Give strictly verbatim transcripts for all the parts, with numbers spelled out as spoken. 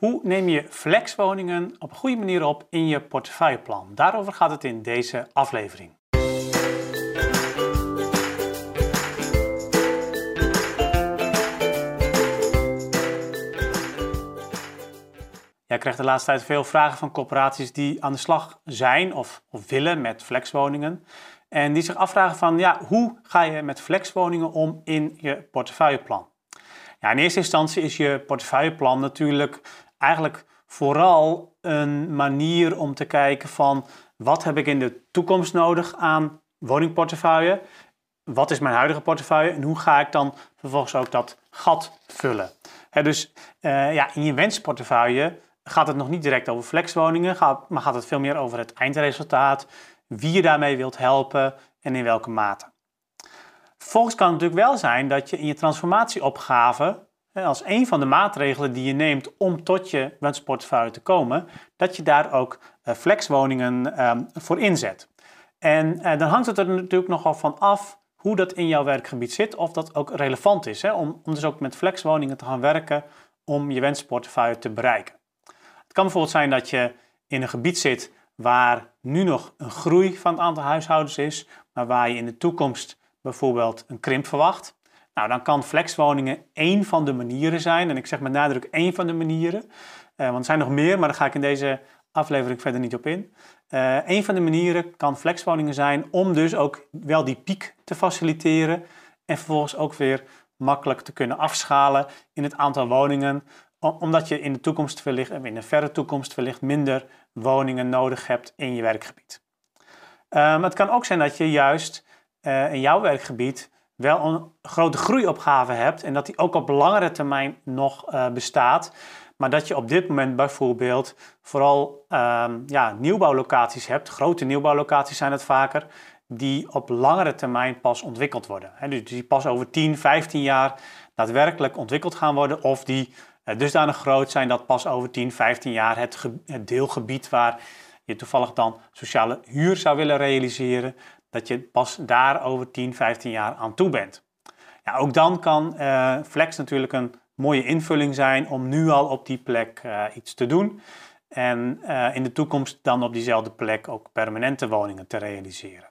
Hoe neem je flexwoningen op een goede manier op in je portefeuilleplan? Daarover gaat het in deze aflevering. Jij krijgt de laatste tijd veel vragen van corporaties die aan de slag zijn of, of willen met flexwoningen. En die zich afvragen van, ja, hoe ga je met flexwoningen om in je portefeuilleplan? Ja, in eerste instantie is je portefeuilleplan natuurlijk eigenlijk vooral een manier om te kijken van wat heb ik in de toekomst nodig aan woningportefeuille, wat is mijn huidige portefeuille en hoe ga ik dan vervolgens ook dat gat vullen. He, dus uh, ja, in je wensportefeuille gaat het nog niet direct over flexwoningen, gaat, maar gaat het veel meer over het eindresultaat, wie je daarmee wilt helpen en in welke mate. Vervolgens kan het natuurlijk wel zijn dat je in je transformatieopgave, als een van de maatregelen die je neemt om tot je wensportefeuille te komen, dat je daar ook flexwoningen um, voor inzet. En uh, dan hangt het er natuurlijk nogal van af hoe dat in jouw werkgebied zit, of dat ook relevant is, hè, om, om dus ook met flexwoningen te gaan werken om je wensportefeuille te bereiken. Het kan bijvoorbeeld zijn dat je in een gebied zit waar nu nog een groei van het aantal huishoudens is, maar waar je in de toekomst bijvoorbeeld een krimp verwacht. Nou, dan kan flexwoningen één van de manieren zijn. En ik zeg met nadruk één van de manieren. Uh, want er zijn nog meer, maar daar ga ik in deze aflevering verder niet op in. Uh, een van de manieren kan flexwoningen zijn om dus ook wel die piek te faciliteren. En vervolgens ook weer makkelijk te kunnen afschalen in het aantal woningen. Omdat je in de toekomst wellicht, in de verre toekomst wellicht minder woningen nodig hebt in je werkgebied. Uh, maar het kan ook zijn dat je juist uh, in jouw werkgebied wel een grote groeiopgave hebt en dat die ook op langere termijn nog uh, bestaat. Maar dat je op dit moment bijvoorbeeld vooral uh, ja, nieuwbouwlocaties hebt, grote nieuwbouwlocaties zijn het vaker, die op langere termijn pas ontwikkeld worden. He, dus die pas over tien, vijftien jaar daadwerkelijk ontwikkeld gaan worden of die uh, dusdanig groot zijn dat pas over tien, vijftien jaar het, ge- het deelgebied waar je toevallig dan sociale huur zou willen realiseren, dat je pas daar over tien, vijftien jaar aan toe bent. Ja, ook dan kan uh, flex natuurlijk een mooie invulling zijn om nu al op die plek uh, iets te doen. En uh, in de toekomst dan op diezelfde plek ook permanente woningen te realiseren.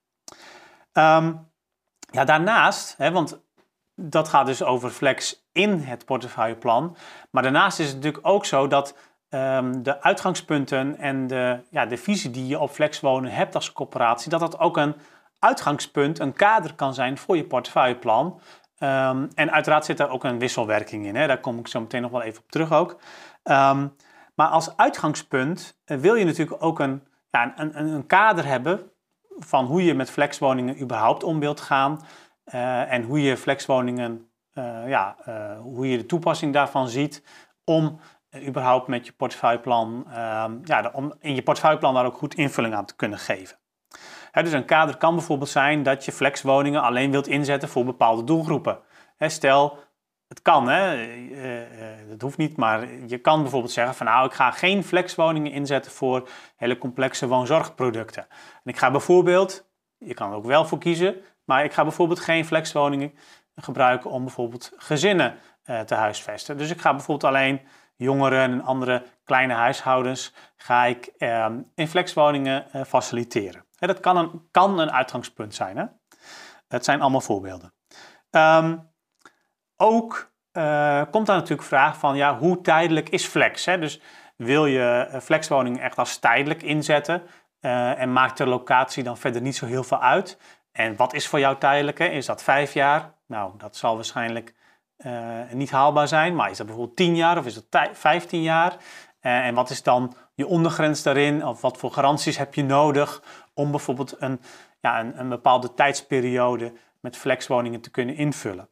Um, ja, daarnaast, hè, want dat gaat dus over flex in het portefeuilleplan. Maar daarnaast is het natuurlijk ook zo dat Um, de uitgangspunten en de, ja, de visie die je op flexwonen hebt als corporatie, dat dat ook een uitgangspunt, een kader kan zijn voor je portefeuilleplan. Um, en uiteraard zit daar ook een wisselwerking in. Hè? Daar kom ik zo meteen nog wel even op terug ook. Um, maar als uitgangspunt uh, wil je natuurlijk ook een, ja, een, een, een kader hebben van hoe je met flexwoningen überhaupt om wilt gaan. Uh, en hoe je flexwoningen, uh, ja, uh, hoe je de toepassing daarvan ziet om überhaupt met je portefeuilleplan, uh, ja, om in je portefeuilleplan daar ook goed invulling aan te kunnen geven. He, dus een kader kan bijvoorbeeld zijn dat je flexwoningen alleen wilt inzetten voor bepaalde doelgroepen. He, stel, het kan, hè, uh, uh, dat hoeft niet, maar je kan bijvoorbeeld zeggen van nou, ik ga geen flexwoningen inzetten voor hele complexe woonzorgproducten. En ik ga bijvoorbeeld, je kan er ook wel voor kiezen, maar ik ga bijvoorbeeld geen flexwoningen gebruiken om bijvoorbeeld gezinnen uh, te huisvesten. Dus ik ga bijvoorbeeld alleen jongeren en andere kleine huishoudens ga ik eh, in flexwoningen eh, faciliteren. He, dat kan een, kan een uitgangspunt zijn. Hè? Het zijn allemaal voorbeelden. Um, ook uh, komt daar natuurlijk de vraag van ja, hoe tijdelijk is flex? Hè? Dus wil je flexwoningen echt als tijdelijk inzetten uh, en maakt de locatie dan verder niet zo heel veel uit? En wat is voor jou tijdelijk? Hè? Is dat vijf jaar? Nou, dat zal waarschijnlijk Uh, niet haalbaar zijn, maar is dat bijvoorbeeld tien jaar of is dat vijftien jaar? Uh, en wat is dan je ondergrens daarin? Of wat voor garanties heb je nodig om bijvoorbeeld een, ja, een, een bepaalde tijdsperiode met flexwoningen te kunnen invullen?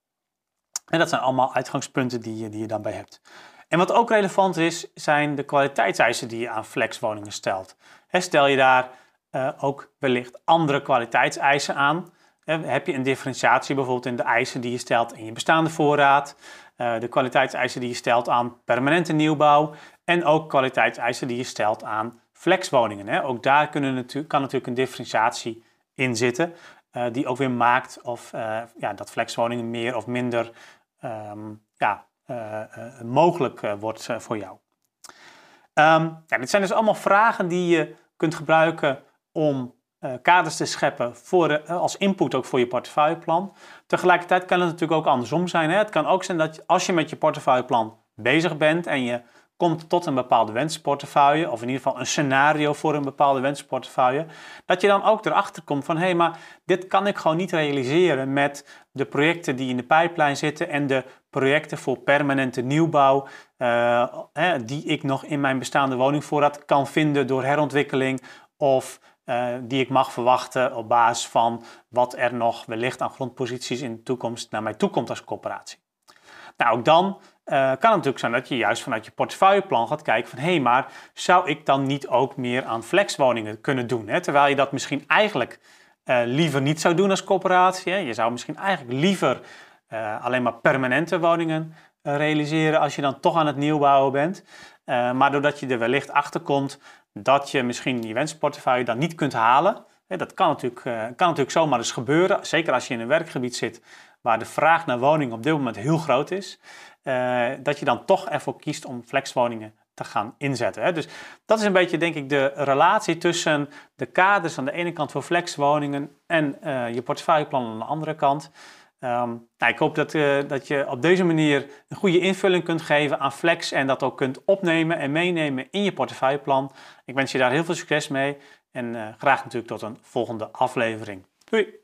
En dat zijn allemaal uitgangspunten die je, die je daarbij hebt. En wat ook relevant is, zijn de kwaliteitseisen die je aan flexwoningen stelt. He, stel je daar uh, ook wellicht andere kwaliteitseisen aan? Heb je een differentiatie bijvoorbeeld in de eisen die je stelt in je bestaande voorraad, uh, de kwaliteitseisen die je stelt aan permanente nieuwbouw en ook kwaliteitseisen die je stelt aan flexwoningen. Hè. Ook daar kunnen natu- kan natuurlijk een differentiatie in zitten uh, die ook weer maakt of uh, ja, dat flexwoningen meer of minder um, ja, uh, uh, mogelijk uh, wordt uh, voor jou. Um, ja, dit zijn dus allemaal vragen die je kunt gebruiken om uh, kaders te scheppen voor, uh, als input ook voor je portefeuilleplan. Tegelijkertijd kan het natuurlijk ook andersom zijn. Hè? Het kan ook zijn dat je, als je met je portefeuilleplan bezig bent en je komt tot een bepaalde wensportefeuille, of in ieder geval een scenario voor een bepaalde wensportefeuille, dat je dan ook erachter komt van, hé, hey, maar dit kan ik gewoon niet realiseren met de projecten die in de pijplijn zitten en de projecten voor permanente nieuwbouw, uh, hè, die ik nog in mijn bestaande woningvoorraad kan vinden door herontwikkeling, of uh, die ik mag verwachten op basis van wat er nog wellicht aan grondposities in de toekomst naar mij toe komt als corporatie. Nou, ook dan uh, kan het natuurlijk zijn dat je juist vanuit je portefeuilleplan gaat kijken van, hé, hey, maar zou ik dan niet ook meer aan flexwoningen kunnen doen? Hè? Terwijl je dat misschien eigenlijk uh, liever niet zou doen als corporatie. Hè? Je zou misschien eigenlijk liever uh, alleen maar permanente woningen uh, realiseren als je dan toch aan het nieuwbouwen bent. Uh, maar doordat je er wellicht achter komt dat je misschien je wensportefeuille dan niet kunt halen. Hè? Dat kan natuurlijk, uh, kan natuurlijk zomaar eens gebeuren, zeker als je in een werkgebied zit waar de vraag naar woningen op dit moment heel groot is, uh, dat je dan toch ervoor kiest om flexwoningen te gaan inzetten. Hè. Dus dat is een beetje, denk ik, de relatie tussen de kaders aan de ene kant voor flexwoningen en uh, je portefeuilleplan aan de andere kant. Um, nou, ik hoop dat, uh, dat je op deze manier een goede invulling kunt geven aan flex en dat ook kunt opnemen en meenemen in je portefeuilleplan. Ik wens je daar heel veel succes mee en uh, graag natuurlijk tot een volgende aflevering. Doei!